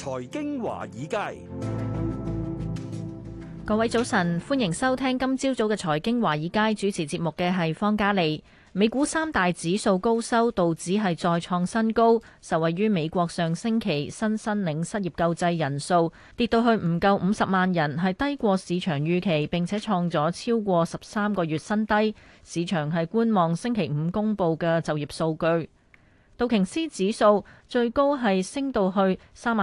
財經華爾街， 各位早晨，歡迎收聽今朝早嘅財經華爾街，主持節目嘅係方嘉利。美股三大指數高收，道指係再創新高，受惠於美國上星期新申領失業救濟人數跌到去唔夠50萬人，係低過市場預期，並且創咗超過13個月新低。市場係觀望星期五公佈嘅就業數據。道瓊斯指數最高係升到去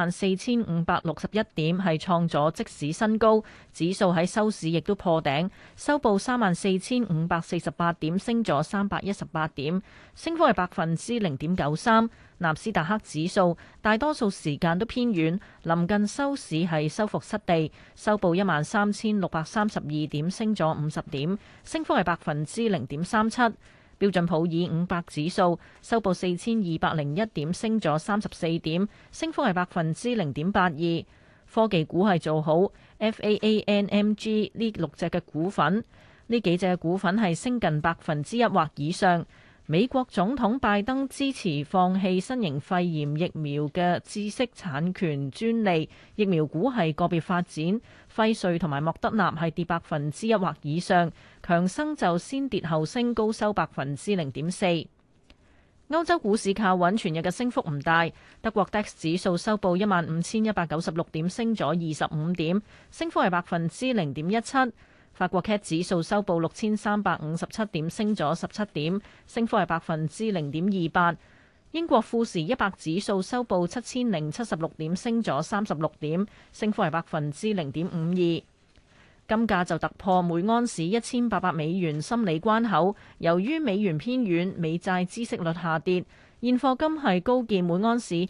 34,561點，係創咗即市新高。指數喺收市亦都破頂，收報34,548點，升咗318點，升幅係0.93%。納斯達克指數大多數時間都偏軟，臨近收市係收復失地，收報13,632點，升咗50點，升幅係0.37%。標準普爾500指數收報4201點，升咗34點，升幅係0.82%。科技股係做好 ，FAANMG 呢6隻嘅股份，呢幾隻嘅股份係升近1%或以上。美國總統拜登支持放棄新型肺炎疫苗嘅知識產權專利，疫苗股係個別發展，輝瑞同埋莫德納係跌1%或以上，強生就先跌後升，高收0.4%。歐洲股市靠穩，全日嘅升幅唔大。德國 DAX 指數收報15,196點，升咗25點，升幅係0.17%。法國 CAC 指數收報6,357點，升咗17點，升幅係0.28%。英國富時100指數收報7,076點，升咗36點，升幅係0.52%。金價就突破每盎司1800美元心理關口，由於美元偏軟，美債孳息率下跌。現貨金係高見每盎司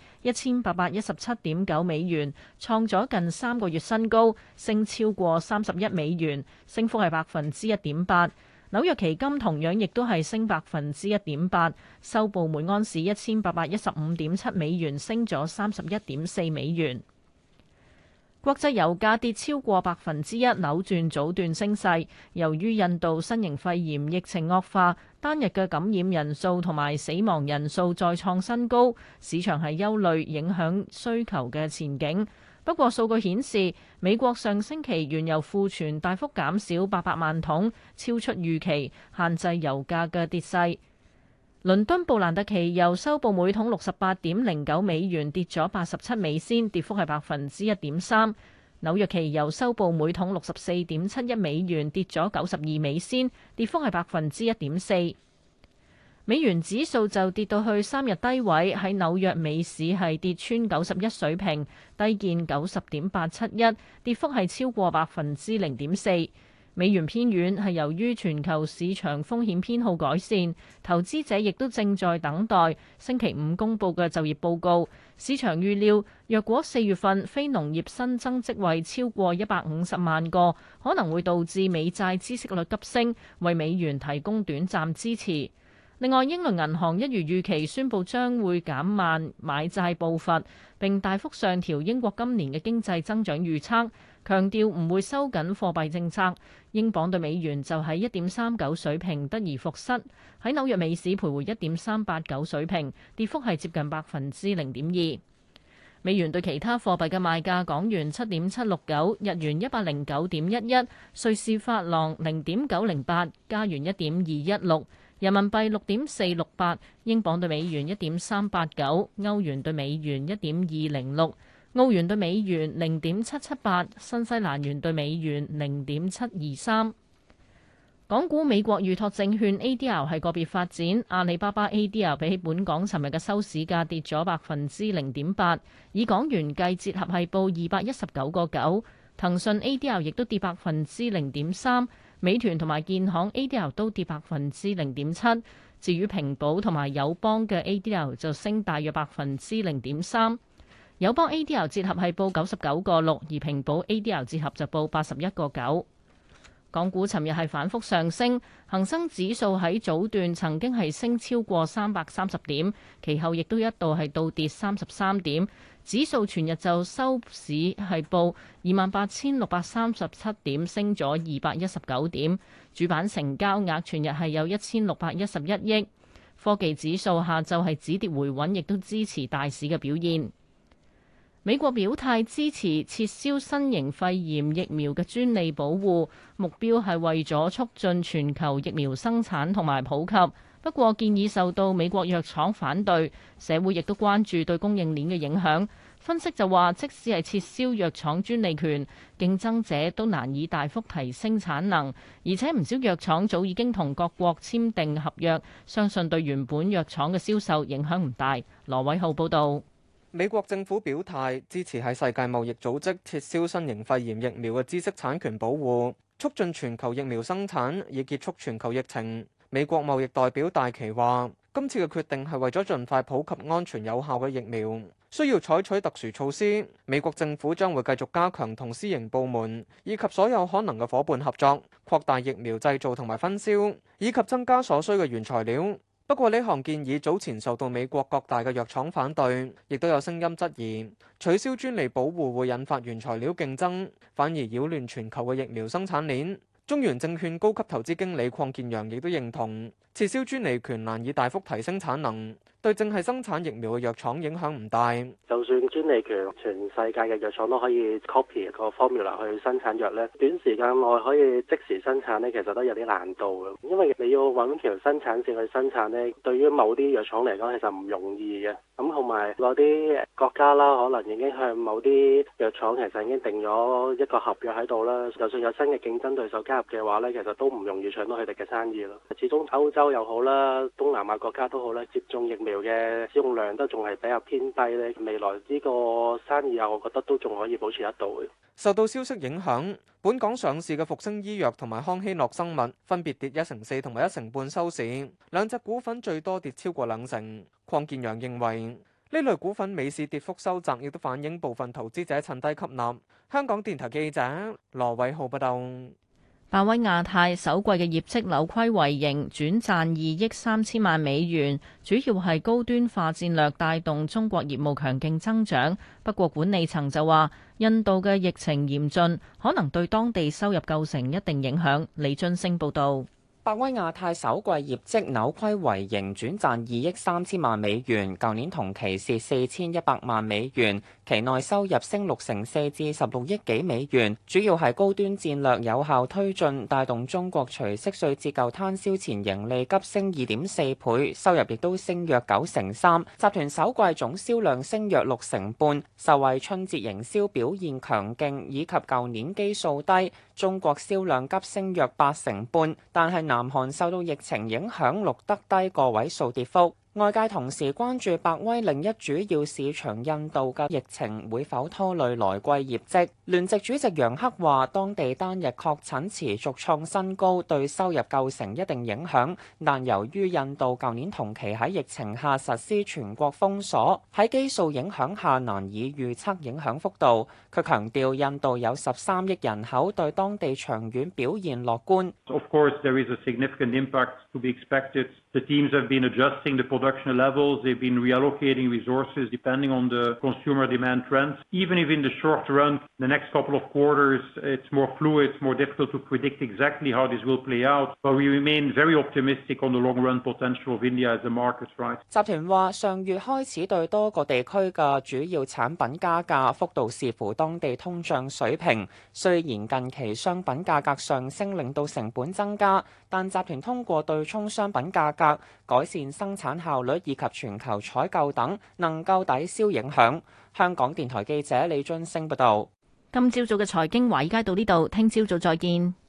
1817.9美元，創咗近3個月新高，升超過31美元，升幅係1.8%。紐約期金同樣亦都係升1.8%，收報每盎司1815.7美元，升咗31.4美元。國際油價跌超過1%，扭轉早段升勢。由於印度新型肺炎疫情惡化，單日嘅感染人數同埋死亡人數再創新高，市場係憂慮影響需求嘅前景。不過數據顯示，美國上星期原油庫存大幅減少800萬桶，超出預期，限制油價嘅跌勢。倫敦布蘭特期油收報每桶68.09美元，跌咗87美仙，跌幅係1.3%。紐約期油收報每桶64.71美元，跌咗92美仙，跌幅係1.4%。美元指數就跌到去3日低位，喺紐約美市係跌穿91水平，低見90.871，跌幅係超過0.4%。美元偏軟係由於全球市場風險偏好改善，投資者亦都正在等待星期五公佈嘅就業報告。市場預料，若果4月份非農業新增職位超過150萬個，可能會導致美債孳息率急升，為美元提供短暫支持。另外，英倫銀行一如預期宣布將會減慢買債步伐，並大幅上調英國今年嘅經濟增長預測，強調唔會收緊貨幣政策。英鎊對美元就喺1.39水平得而復失，喺紐約美市徘徊1.389水平，跌幅係接近0.2%。美元對其他貨幣嘅賣價：港元7.769，日元109.11，瑞士法郎0.908，加元1.216。人民幣6.468，英鎊對美元1.389，歐元對美元1.206，澳元對美元0.778，新西蘭元對美元0.723。港股美國預託證券 ADR 係個別發展，阿里巴巴 ADR 比起本港尋日嘅收市價跌咗0.8%，以港元計折合係報219.9。騰訊 ADR 亦都跌0.3%。美團同埋建行 ADR 都跌0.7%，至於平保同埋友邦嘅 ADR 就升大約0.3%。友邦 ADR 折合係報99.6，而平保 ADR 折合就報81.9。港股尋日係反覆上升，恒生指數喺早段曾經係升超過330點，其後亦都一度係倒跌33點。指數全日就收市係報28,637點，升咗219點。主板成交額全日係有1,611億。科技指數下晝係止跌回穩，亦都支持大市嘅表現。 美國表態支持撤銷新型肺炎疫苗嘅專利保護，目標係為咗促進全球疫苗生產同埋普及。不過建議受到美國藥廠反對，社會亦都關注對供應鏈嘅影響。分析就話，即使係撤銷藥廠專利權，競爭者都難以大幅提升產能，而且唔少藥廠早已經同各國簽訂合約，相信對原本藥廠嘅銷售影響唔大。羅偉浩報導。 美國政府表態支持喺世界貿易組織撤銷新型肺炎疫苗嘅知識產權保護，促進全球疫苗生產，以結束全球疫情。美國貿易代表戴琪話：今次嘅決定係為咗盡快普及安全有效嘅疫苗，需要採取特殊措施。美國政府將會繼續加強同私營部門以及所有可能嘅夥伴合作，擴大疫苗製造同埋分銷，以及增加所需嘅原材料。不過呢項建議早前受到美國各大嘅藥廠反對，亦都有聲音質疑取消專利保護會引發原材料競爭，反而擾亂全球嘅疫苗生產鏈。中原證券高級投資經理鄺建陽亦都認同，撤銷專利權難以大幅提升產能，對正係生產疫苗嘅藥廠影響唔大。 就算專利權全世界嘅藥廠都可以 copy 個 formula 去生產藥咧，短時間內可以即時生產咧，其實都有啲難度嘅，因為你要揾條生產線去生產咧，對於某啲藥廠嚟講其實唔容易嘅。咁同埋嗰啲國家啦，可能已經向某啲藥廠其實已經定咗一個合約喺度啦。就算有新嘅競爭對手加入嘅話咧，其實都唔容易搶到佢哋嘅生意咯。始終歐洲又好啦，東南亞國家都好啦，接種疫苗嘅使用量都仲係比較偏低咧。未來呢個生意啊，我覺得都仲可以保持得到嘅。 受到消息影響，本港上市嘅復星醫藥同埋康希諾生物分別跌1.4%同埋1.5%收市，兩隻股份最多跌超過2%。鄺建陽認為呢類股份尾市跌幅收窄，亦都反映部分投資者趁低吸納。香港電台記者羅偉浩報道。 百威亞太首季嘅業績扭虧為盈，轉賺2億3千萬美元，主要係高端化戰略帶動中國業務強勁增長。不過管理層就話，印度嘅疫情嚴峻，可能對當地收入構成一定影響。李津升報導。 百威亞太首季業績扭虧為盈，轉賺2億3千萬美元，舊年同期蝕4100萬美元，期內收入升6%至16億幾美元，主要係高端戰略有效推進，帶動中國除息稅折舊攤銷前盈利急升2.4倍，收入亦都升約9.3%。集團首季總銷量升約6.5%，受惠春節營銷表現強勁，以及舊年基數低，中國銷量急升約8.5%，但係南韓受到疫情影響，錄得低個位數跌幅。外界同時關注百威另一主要市場印度嘅疫情會否拖累來季業績。聯席主席楊克話，當地單日確診持續創新高，對收入構成一定影響，但由於印度舊年同期喺疫情下實施全國封鎖，喺基數影響下難以預測影響幅度。佢強調印度有13億人口，對當地長遠表現樂觀。 Of course, there is a significant impact to be expected. The teams have been adjusting the production levels. They've been reallocating resources depending on the consumer demand trends. Even if in the short run, the next couple of quarters, it's more fluid, it's more difficult to predict exactly how this will play out. But we remain very optimistic on the long run potential of India as a market, right? 集團話，上月開始對多個地區嘅主要產品加價，幅度視乎當地通脹水平。雖然近期商品價格上升令到成本增加，但集團通過對沖商品價格、改善生產效率以及全球採購等，能夠抵消影響。香港電台記者李津升報道。 今朝早嘅財經華爾街到呢度，聽朝早再見。